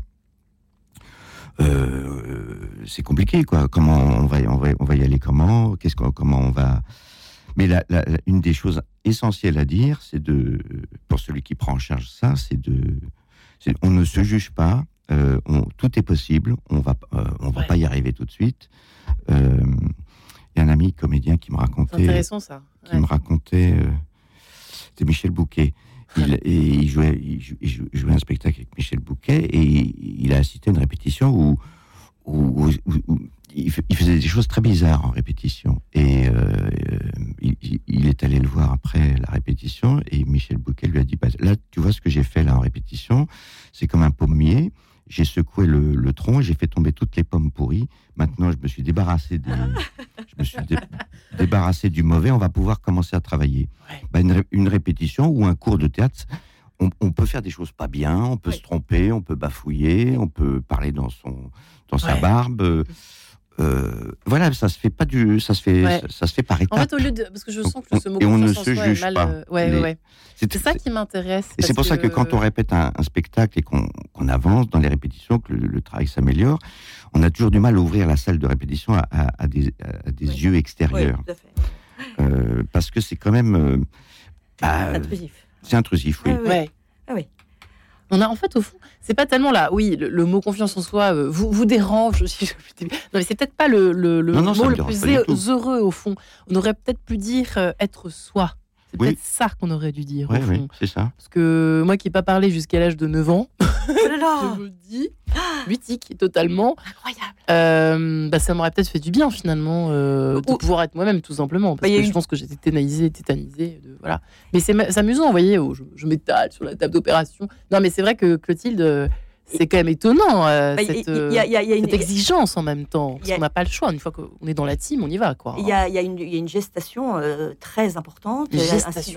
c'est compliqué, quoi. Comment on va y aller, comment on va... Mais une des choses essentielles à dire, pour celui qui prend en charge ça, on ne se juge pas, tout est possible, on va pas y arriver tout de suite. Il y a un ami comédien qui me racontait... C'est intéressant, ça. C'était Michel Bouquet. Il jouait un spectacle avec Michel Bouquet et il a assisté à une répétition où il faisait des choses très bizarres en répétition. Et il est allé le voir après la répétition et Michel Bouquet lui a dit là, tu vois ce que j'ai fait là en répétition, c'est comme un pommier. J'ai secoué le tronc et j'ai fait tomber toutes les pommes pourries. Maintenant, je me suis débarrassé débarrassé du mauvais. On va pouvoir commencer à travailler. Une répétition ou un cours de théâtre, on peut faire des choses pas bien, on peut se tromper, on peut bafouiller, on peut parler dans sa barbe. Voilà, ça se fait pas ça se fait par étapes. En fait, au lieu parce que je sens que ce mot et on ne se juge pas. C'est ça qui m'intéresse. Et c'est pour ça que quand on répète un spectacle et qu'on avance dans les répétitions, que le travail s'améliore, on a toujours du mal à ouvrir la salle de répétition à des yeux extérieurs. Oui, tout à fait. Parce que c'est quand même intrusif. C'est intrusif, oui. Oui. On a, en fait, au fond, c'est pas tellement là. Oui, le mot confiance en soi vous dérange aussi. Non, mais c'est peut-être pas le mot le plus heureux, au fond. On aurait peut-être pu dire être soi. C'est peut-être ça qu'on aurait dû dire, au fond. Oui, c'est ça. Parce que moi qui n'ai pas parlé jusqu'à l'âge de 9 ans, je me dis, mutique, totalement. Incroyable. Ça m'aurait peut-être fait du bien, finalement, de pouvoir être moi-même, tout simplement. Parce que je pense que j'étais tétanisée. Voilà. Mais c'est amusant, vous voyez, je m'étale sur la table d'opération. Non, mais c'est vrai que Clotilde... C'est quand même étonnant, cette exigence en même temps, parce qu'on n'a pas le choix. Une fois qu'on est dans la team, on y va, quoi. Il y a une gestation très importante. Il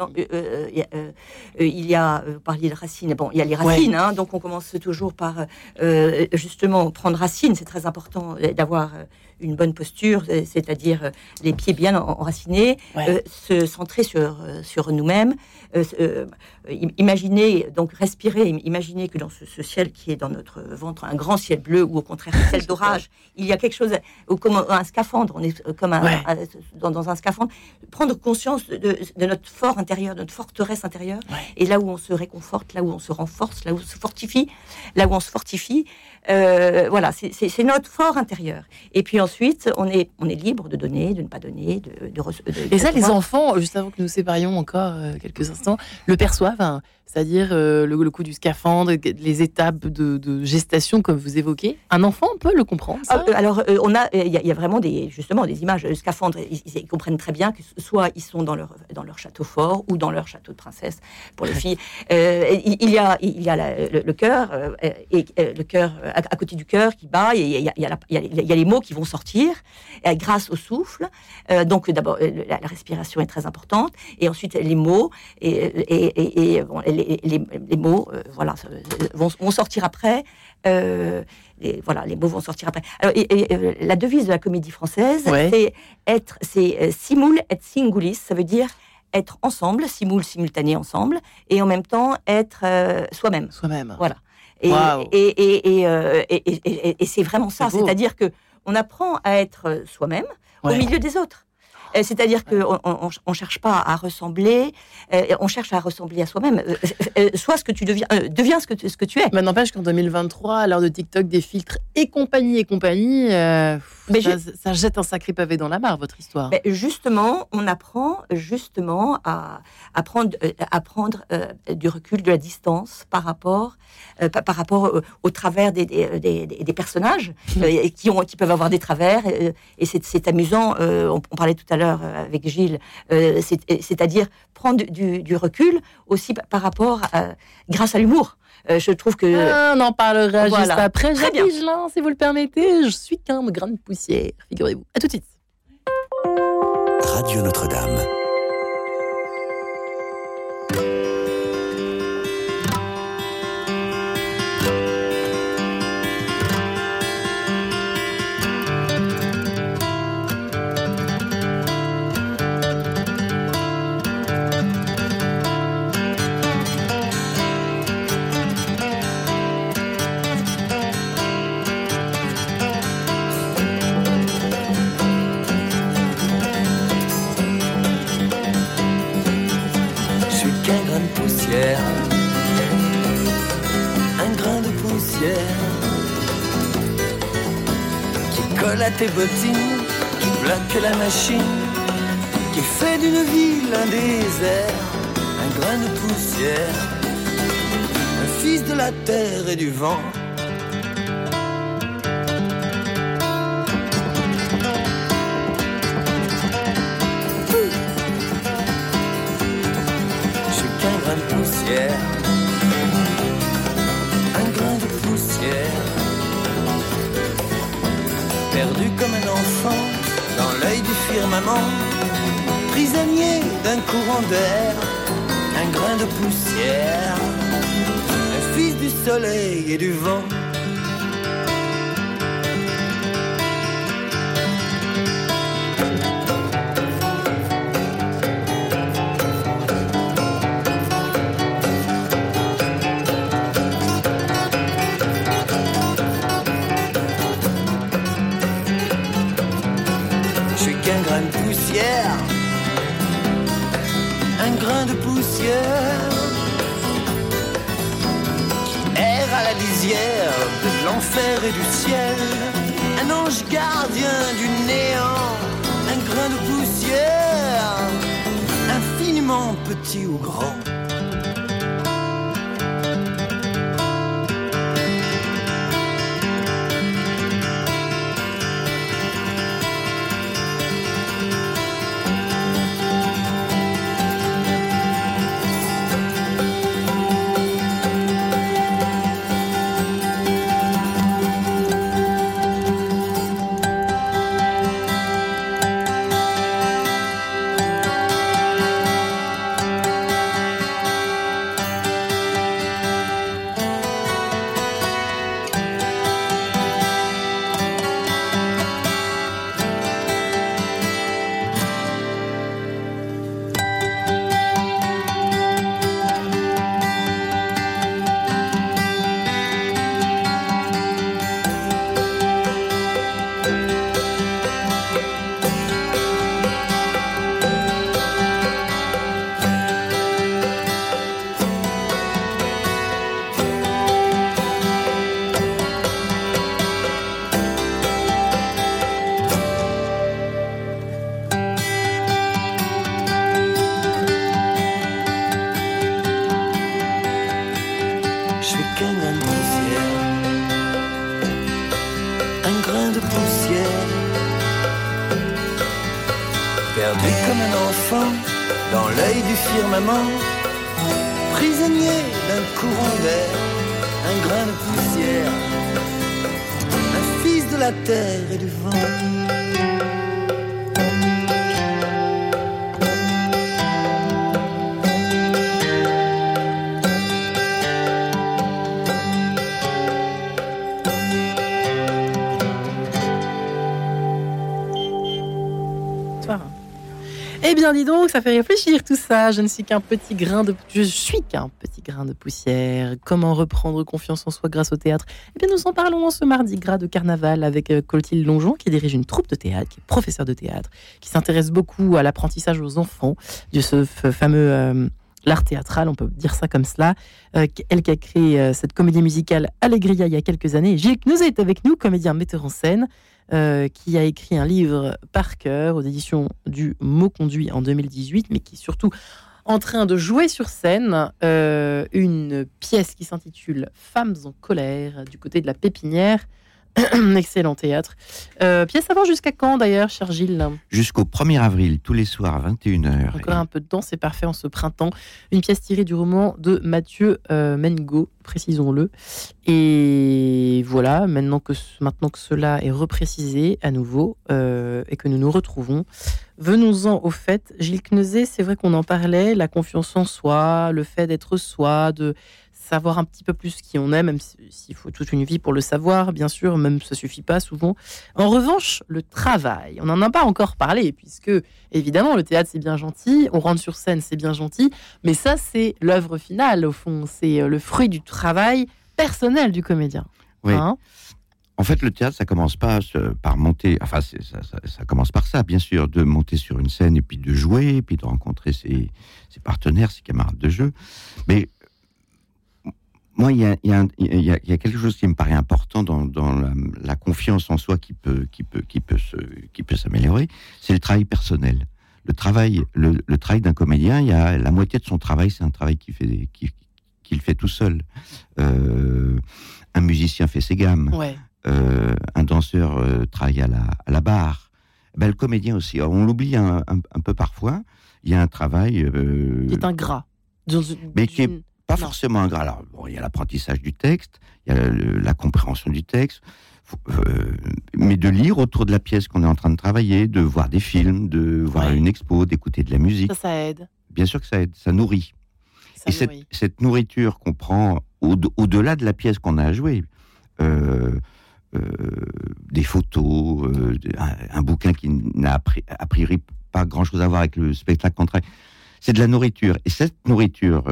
y a, vous parliez de racines, il y a les racines, donc on commence toujours par, justement, prendre racine. C'est très important d'avoir une bonne posture, c'est-à-dire les pieds bien enracinés, se centrer sur nous-mêmes, imaginer, donc respirer, imaginer que dans ce ciel qui est dans notre ventre, un grand ciel bleu ou au contraire un ciel d'orage, il y a quelque chose, ou comme un scaphandre, on est comme dans un scaphandre, prendre conscience de notre fort intérieur, de notre forteresse intérieure, et là où on se réconforte, là où on se renforce, là où on se fortifie, voilà, c'est notre fort intérieur. Et puis ensuite, on est libre de donner, de ne pas donner, de et ça, les enfants, juste avant que nous séparions encore quelques instants, le perçoivent. C'est-à-dire le coup du scaphandre, les étapes de gestation comme vous évoquez. Un enfant peut le comprendre, ça ? Alors, il y a vraiment des images. Le scaphandre, ils comprennent très bien que soit ils sont dans leur château fort ou dans leur château de princesse pour les filles. Il y a le cœur, et le cœur à côté du cœur qui bat, et il y a les mots qui vont sortir grâce au souffle. Donc d'abord, la respiration est très importante, et ensuite les mots, les mots vont sortir après. Les mots vont sortir après. Alors, la devise de la Comédie Française, c'est simul et singulis, ça veut dire être ensemble, simultané ensemble, et en même temps être soi-même. Voilà. Et c'est vraiment ça, c'est-à-dire que on apprend à être soi-même au milieu des autres. C'est-à-dire qu'on cherche pas à ressembler, on cherche à ressembler à soi-même. Sois ce que tu deviens, deviens ce que tu es. Mais n'empêche qu'en 2023, à l'heure de TikTok, des filtres et compagnie, ça jette un sacré pavé dans la mare, votre histoire. Mais justement, on apprend à prendre du recul, de la distance par rapport au travers des personnages qui peuvent avoir des travers, et c'est amusant. On parlait tout à l'heure avec Gilles, c'est-à-dire prendre du recul aussi par rapport grâce à l'humour. Je trouve que... on en parlera juste après. Très bien. Vigelin, si vous le permettez, je suis qu'un grain de poussière, figurez-vous. À tout de suite. Radio Notre-Dame. Un grain de poussière qui colle à tes bottines, qui bloque la machine, qui fait d'une ville un désert. Un grain de poussière, un fils de la terre et du vent. Un grain de poussière, perdu comme un enfant dans l'œil du firmament, prisonnier d'un courant d'air. Un grain de poussière, un fils du soleil et du vent. Un grain de poussière qui erre à la lisière de l'enfer et du ciel. Un ange gardien du néant. Un grain de poussière, infiniment petit ou grand. poussière. Perdu comme un enfant dans l'œil du firmament, prisonnier d'un courant d'air, un grain de poussière, un fils de la terre et du vent. Eh bien, dis donc, ça fait réfléchir tout ça. Je suis qu'un petit grain de poussière. Comment reprendre confiance en soi grâce au théâtre ? Eh bien, nous en parlons ce mardi gras de carnaval avec Clotilde Longeon, qui dirige une troupe de théâtre, qui est professeure de théâtre, qui s'intéresse beaucoup à l'apprentissage aux enfants de ce fameux l'art théâtral, on peut dire ça comme cela. Elle qui a créé cette comédie musicale Allegria il y a quelques années. Gilles Kneuzet est avec nous, comédien, metteur en scène, qui a écrit un livre par cœur aux éditions du Mot Conduit en 2018, mais qui est surtout en train de jouer sur scène une pièce qui s'intitule Femmes en colère du côté de la Pépinière. Excellent théâtre. Pièce à voir jusqu'à quand d'ailleurs, cher Gilles ? Jusqu'au 1er avril, tous les soirs à 21h. Encore un peu de temps, c'est parfait en ce printemps. Une pièce tirée du roman de Mathieu Mengo, précisons-le. Et voilà, maintenant que cela est reprécisé à nouveau et que nous nous retrouvons, venons-en au fait. Gilles Kneuzet, c'est vrai qu'on en parlait, la confiance en soi, le fait d'être soi, de savoir un petit peu plus qui on est, même s'il faut toute une vie pour le savoir, bien sûr, même ça suffit pas souvent. En revanche, le travail, on n'en a pas encore parlé, puisque évidemment le théâtre c'est bien gentil, on rentre sur scène c'est bien gentil, mais ça c'est l'œuvre finale au fond, c'est le fruit du travail personnel du comédien. Oui. Hein ? En fait, le théâtre, ça commence pas par monter. Enfin, ça commence par ça, bien sûr, de monter sur une scène et puis de jouer, et puis de rencontrer ses partenaires, ses camarades de jeu. Mais moi, il y a quelque chose qui me paraît important dans la confiance en soi qui peut s'améliorer. C'est le travail personnel. Le travail d'un comédien, il y a la moitié de son travail, c'est un travail qu'il fait tout seul. Un musicien fait ses gammes. Ouais. Un danseur travaille à la barre. Ben, le comédien aussi. Alors, on l'oublie un peu parfois. Il y a un travail qui est ingrat, mais qui est pas forcément ingrat. Alors, bon, il y a l'apprentissage du texte, il y a la compréhension du texte, mais de lire autour de la pièce qu'on est en train de travailler, de voir des films, de voir une expo, d'écouter de la musique. Ça aide. Bien sûr que ça aide, ça nourrit. Cette nourriture qu'on prend au-delà de la pièce qu'on a à jouer, des photos, un bouquin qui n'a a priori pas grand-chose à voir avec le spectacle qu'on travaille, c'est de la nourriture. Et cette nourriture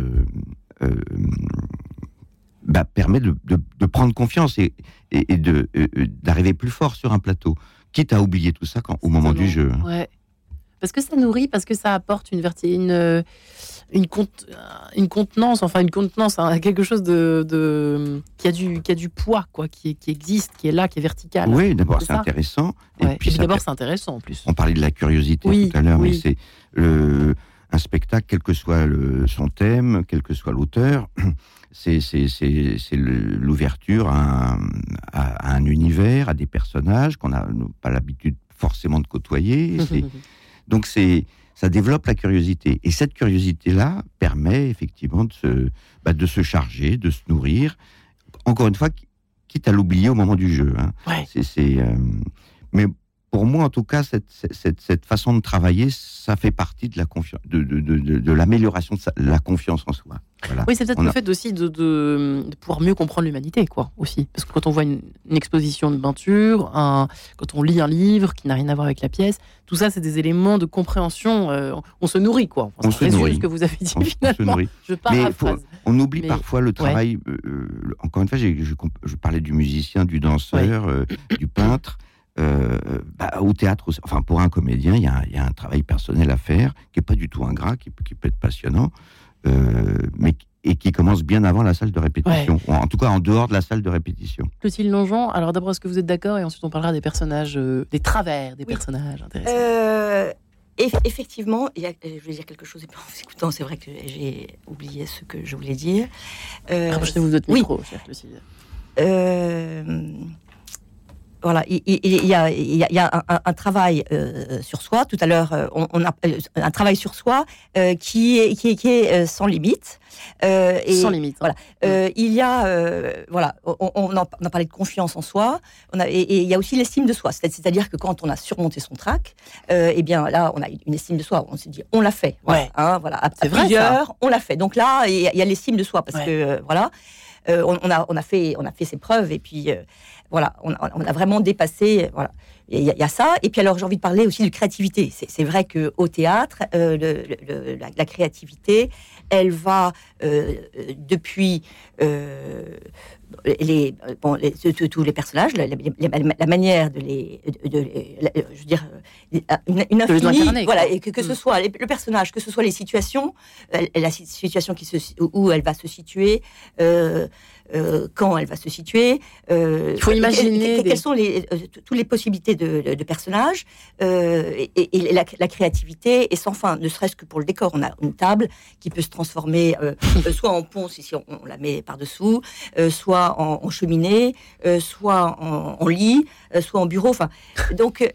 permet de prendre confiance et d'arriver plus fort sur un plateau, quitte à oublier tout ça au moment du jeu. Ouais. Parce que ça nourrit, parce que ça apporte une contenance, quelque chose qui a du poids, quoi, qui existe, qui est là, qui est vertical. Oui, d'abord c'est intéressant. Ouais. Et puis d'abord c'est intéressant en plus. On parlait de la curiosité tout à l'heure, mais c'est un spectacle, quel que soit son thème, quel que soit l'auteur, c'est l'ouverture à un univers, à des personnages qu'on n'a pas l'habitude forcément de côtoyer. Donc ça développe la curiosité. Et cette curiosité-là permet effectivement de se charger, de se nourrir. Encore une fois, quitte à l'oublier au moment du jeu. Hein. Ouais. Mais pour moi, en tout cas, cette façon de travailler, ça fait partie de la confiance, de l'amélioration de la confiance en soi. Voilà. Oui, c'est peut-être le fait aussi de pouvoir mieux comprendre l'humanité, quoi, aussi. Parce que quand on voit une exposition de peinture, quand on lit un livre qui n'a rien à voir avec la pièce, tout ça, c'est des éléments de compréhension. On se nourrit, quoi. On se nourrit. Ce que vous avez dit, finalement. Je paraphrase. On oublie parfois le travail. Encore une fois, je parlais du musicien, du danseur, du peintre. Au théâtre, enfin pour un comédien, il y a un travail personnel à faire qui est pas du tout ingrat, qui peut être passionnant, et qui commence bien avant la salle de répétition, ou en tout cas en dehors de la salle de répétition. Clotilde Longeon, alors d'abord est-ce que vous êtes d'accord, et ensuite on parlera des personnages, des travers des personnages intéressants. Effectivement, je vais dire quelque chose, et puis en vous écoutant, c'est vrai que j'ai oublié ce que je voulais dire. Rapprochez-vous de votre micro, chère Clotilde. voilà, il y a un travail sur soi. Tout à l'heure, on a un travail sur soi qui est sans limite. Sans limite. Voilà. Il y a, voilà, on a parlé de confiance en soi. Et il y a aussi l'estime de soi. C'est-à-dire que quand on a surmonté son trac, eh bien là, on a une estime de soi. On s'est dit, on l'a fait. Voilà, Ouais. Voilà, à C'est vrai, plusieurs, ça. on l'a fait. Donc là, il y a l'estime de soi parce Ouais. que voilà. On a fait ses preuves et puis voilà, on a vraiment dépassé. Voilà, il y a ça. Et puis alors, j'ai envie de parler aussi de créativité. C'est vrai que au théâtre, la créativité, elle va depuis tous les personnages, la manière je veux dire, une infinie, voilà, et que ce soit le personnage, que ce soit les situations, la situation où elle va se situer. Quand elle va se situer, il faut imaginer quelles sont toutes les possibilités de personnages, et la créativité est sans fin, ne serait-ce que pour le décor. On a une table qui peut se transformer soit en pont si on la met par-dessous, soit en cheminée, soit en lit, soit en bureau. Enfin, donc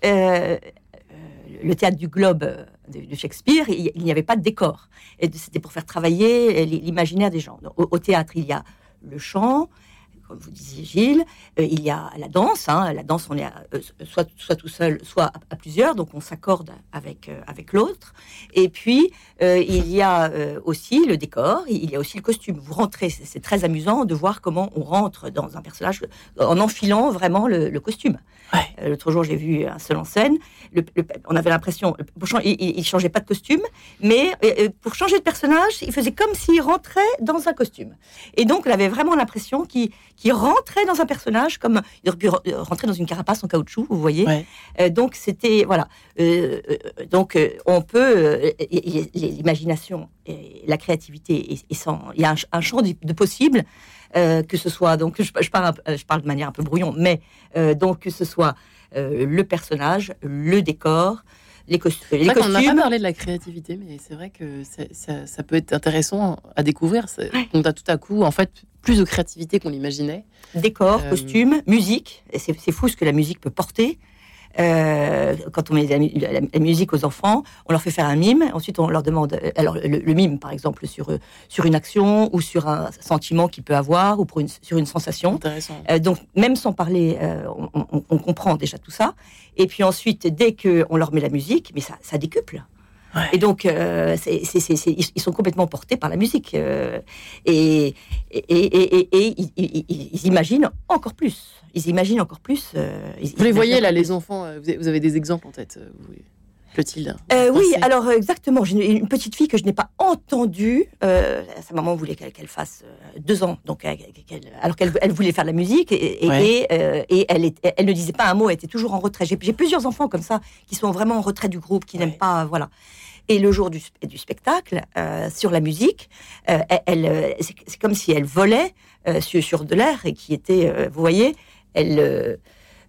le théâtre du Globe de Shakespeare, il n'y avait pas de décor. Et c'était pour faire travailler l'imaginaire des gens. Donc, au théâtre, il y a le chant, comme vous disiez Gilles, il y a la danse. La danse, on est soit tout seul, soit à plusieurs, donc on s'accorde avec l'autre. Et puis, il y a aussi le décor, il y a aussi le costume. Vous rentrez, c'est très amusant de voir comment on rentre dans un personnage en enfilant vraiment le costume. Ouais. L'autre jour, j'ai vu un seul en scène. On avait l'impression, il changeait pas de costume, mais pour changer de personnage, il faisait comme s'il rentrait dans un costume. Et donc, on avait vraiment l'impression qu'il rentrait dans un personnage, comme il aurait pu rentrer dans une carapace en caoutchouc, vous voyez. Ouais. Donc, c'était voilà. Donc, on peut l'imagination et la créativité, il y a un champ de possibles. Que ce soit, donc je parle de manière un peu brouillon, mais donc que ce soit le personnage, le décor, les costumes. C'est vrai qu'on n'a pas parlé de la créativité, mais c'est vrai que ça peut être intéressant à découvrir. On a tout à coup, en fait, plus de créativité qu'on l'imaginait. Décor, costume, musique. C'est fou ce que la musique peut porter. Quand on met la musique aux enfants, on leur fait faire un mime. Ensuite, on leur demande alors le mime, par exemple, sur une action ou sur un sentiment qu'il peut avoir ou sur une sensation. Intéressant. Donc, même sans parler, on comprend déjà tout ça. Et puis ensuite, dès qu'on leur met la musique, mais ça décuple. Ouais. Et donc, ils sont complètement portés par la musique. Et ils imaginent encore plus. Vous les voyez là, les enfants, vous avez des exemples en tête, Clotilde? Oui, alors exactement. J'ai une petite fille que je n'ai pas entendue. Sa maman voulait qu'elle fasse 2 ans, donc alors qu'elle voulait faire de la musique et elle ne disait pas un mot. Elle était toujours en retrait. J'ai plusieurs enfants comme ça qui sont vraiment en retrait du groupe, qui n'aiment pas, voilà. Et le jour du spectacle, sur la musique, c'est comme si elle volait sur de l'air et qui était, vous voyez, elle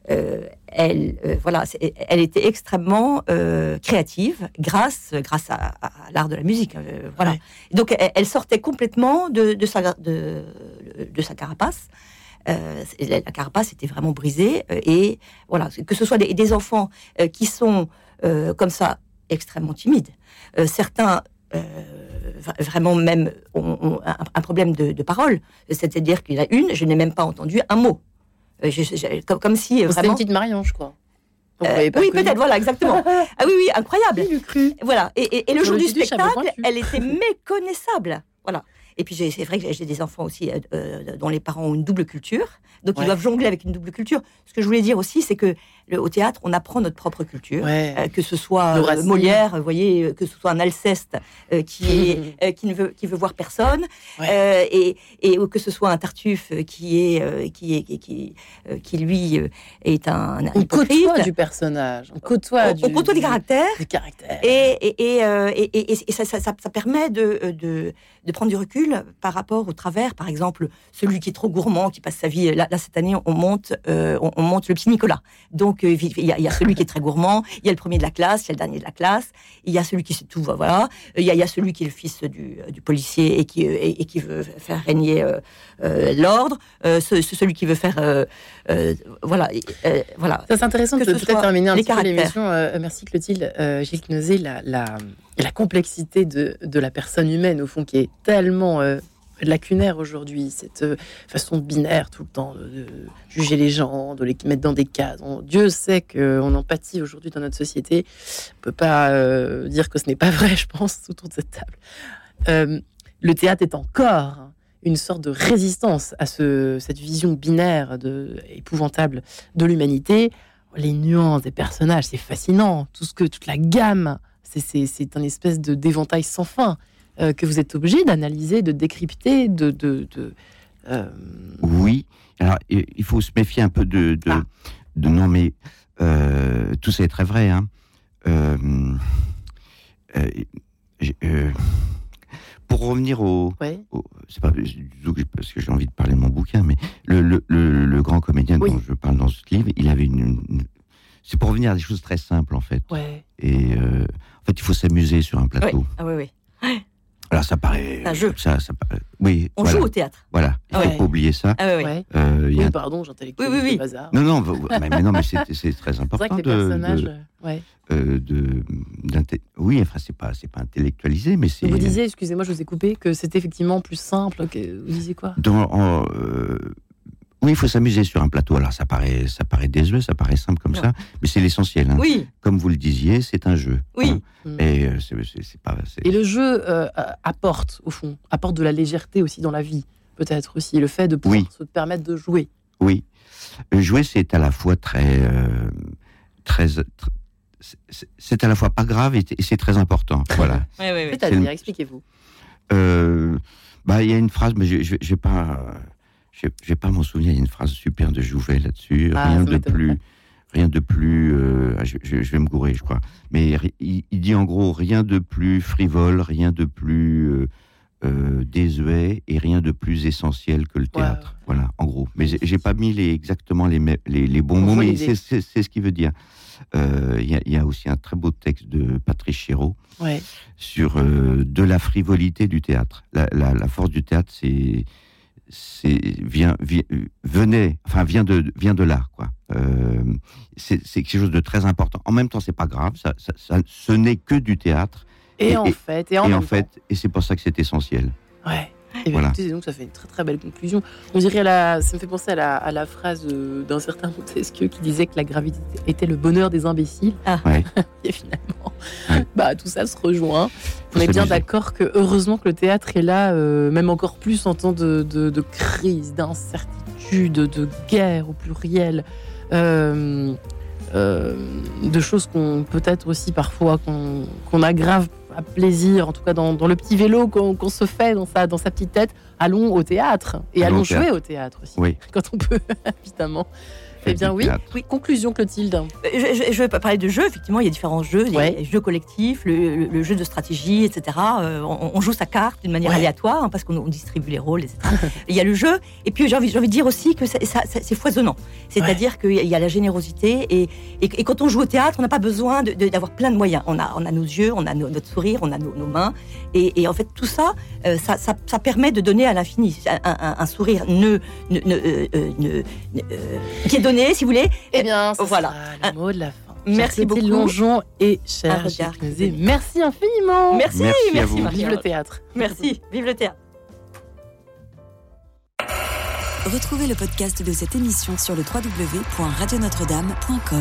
était extrêmement créative grâce à l'art de la musique. Voilà. Ouais. Donc elle sortait complètement de sa carapace. La carapace était vraiment brisée et voilà, que ce soit des enfants qui sont comme ça extrêmement timides. Certains vraiment même ont un problème de parole. C'est-à-dire qu'il y en a une, je n'ai même pas entendu un mot. Comme si vraiment... C'était une petite Marion, je crois. Oui, peut-être, voilà, exactement. Ah oui, incroyable. Qui l'eût cru. Voilà. Et le jour du spectacle, elle était méconnaissable. Voilà. Et puis c'est vrai que j'ai des enfants aussi dont les parents ont une double culture, donc ils doivent jongler avec une double culture. Ce que je voulais dire aussi, c'est que au théâtre, on apprend notre propre culture, que ce soit Molière, vous voyez, que ce soit un Alceste qui veut voir personne, et que ce soit un Tartuffe qui lui est un on côtoie du personnage, on côtoie des caractères, et ça permet de prendre du recul par rapport au travers, par exemple, celui qui est trop gourmand, qui passe sa vie. Là cette année, on monte le petit Nicolas. Donc, Donc, il y a celui qui est très gourmand, il y a le premier de la classe, il y a le dernier de la classe, il y a celui qui sait tout, voilà. Il y a celui qui est le fils du policier et qui veut faire régner l'ordre. Celui qui veut faire... voilà. Ça, c'est intéressant de peut-être terminer un petit peu l'émission. Merci Clotilde. Gilles Kneuzé, la complexité de la personne humaine, au fond, qui est tellement lacunaire aujourd'hui, cette façon binaire tout le temps de juger les gens, de les mettre dans des cases. Dieu sait qu'on en pâtit aujourd'hui dans notre société. On ne peut pas dire que ce n'est pas vrai, je pense, autour de cette table. Le théâtre est encore une sorte de résistance à cette vision binaire épouvantable de l'humanité. Les nuances des personnages, c'est fascinant. Toute la gamme, c'est un espèce d'éventail sans fin que vous êtes obligé d'analyser, de décrypter, Oui. Alors, il faut se méfier un peu non, mais tout ça est très vrai. Hein. Pour revenir c'est pas parce que j'ai envie de parler de mon bouquin, mais le grand comédien dont je parle dans ce livre, il avait c'est pour revenir à des choses très simples en fait. Ouais. Et en fait, il faut s'amuser sur un plateau. Oui. Ah oui. Alors ça paraît un jeu. Oui. On joue au théâtre. Voilà. Il faut pas oublier ça. Ah oui. Pardon, j'intellectualise le bazar. Non, mais c'est très important. C'est vrai que les personnages. Oui, enfin c'est pas intellectualisé, mais c'est. Vous disiez, excusez-moi, je vous ai coupé, que c'était effectivement plus simple. Vous disiez quoi? Oui, il faut s'amuser sur un plateau. Alors ça paraît désuet, ça paraît simple comme ça, mais c'est l'essentiel. Hein. Oui. Comme vous le disiez, c'est un jeu. Oui. Hein. Et Et le jeu apporte de la légèreté aussi dans la vie, peut-être aussi le fait de pouvoir se permettre de jouer. Oui, jouer c'est à la fois c'est à la fois pas grave et c'est très important. Voilà. Oui. C'est-à-dire, expliquez-vous. Il y a une phrase, mais je vais pas m'en souvenir. Il y a une phrase super de Jouvet là-dessus. Rien de plus. Je vais me gourer, je crois. Mais il dit en gros rien de plus frivole, rien de plus désuet et rien de plus essentiel que le théâtre. Ouais. Voilà, en gros. Mais j'ai pas mis exactement les bons mots, mais c'est ce qu'il veut dire. Il y a aussi un très beau texte de Patrice Chéreau sur de la frivolité du théâtre. La force du théâtre, vient de là, quoi. C'est quelque chose de très important. En même temps, c'est pas grave. Ce n'est que du théâtre. Et c'est pour ça que c'est essentiel. Ouais. Et bien, écoutez, donc ça fait une très très belle conclusion. On dirait ça me fait penser à la phrase d'un certain Montesquieu qui disait que la gravité était le bonheur des imbéciles. Et finalement, tout ça se rejoint. On est bien d'accord que heureusement que le théâtre est là, même encore plus en temps de crise, d'incertitude, de guerre au pluriel, de choses qu'on peut-être aussi parfois qu'on aggrave à plaisir, en tout cas dans le petit vélo qu'on se fait dans sa petite tête. Allons au théâtre et allons jouer au théâtre aussi, quand on peut, évidemment. Eh bien oui. Conclusion, Clotilde. Je vais parler de jeux. Effectivement, il y a différents jeux. Il y a les jeux collectifs, le jeu de stratégie, etc. On joue sa carte d'une manière aléatoire, parce qu'on distribue les rôles, etc. Il y a le jeu. Et puis j'ai envie de dire aussi que c'est foisonnant. C'est-à-dire qu'il y a la générosité. Et quand on joue au théâtre, on n'a pas besoin d'avoir plein de moyens. On a nos yeux, on a notre sourire, on a nos mains. Et en fait, tout ça, ça permet de donner à l'infini. Un sourire qui est donné, si vous voulez. Eh bien, ça sera le mot de la fin. Merci beaucoup. Longeon et cher Gilles Kneuzé. Merci infiniment. Merci à vous. Vive le théâtre. Merci. Vive le théâtre. Retrouvez le podcast de cette émission sur le www.radionotre-dame.com.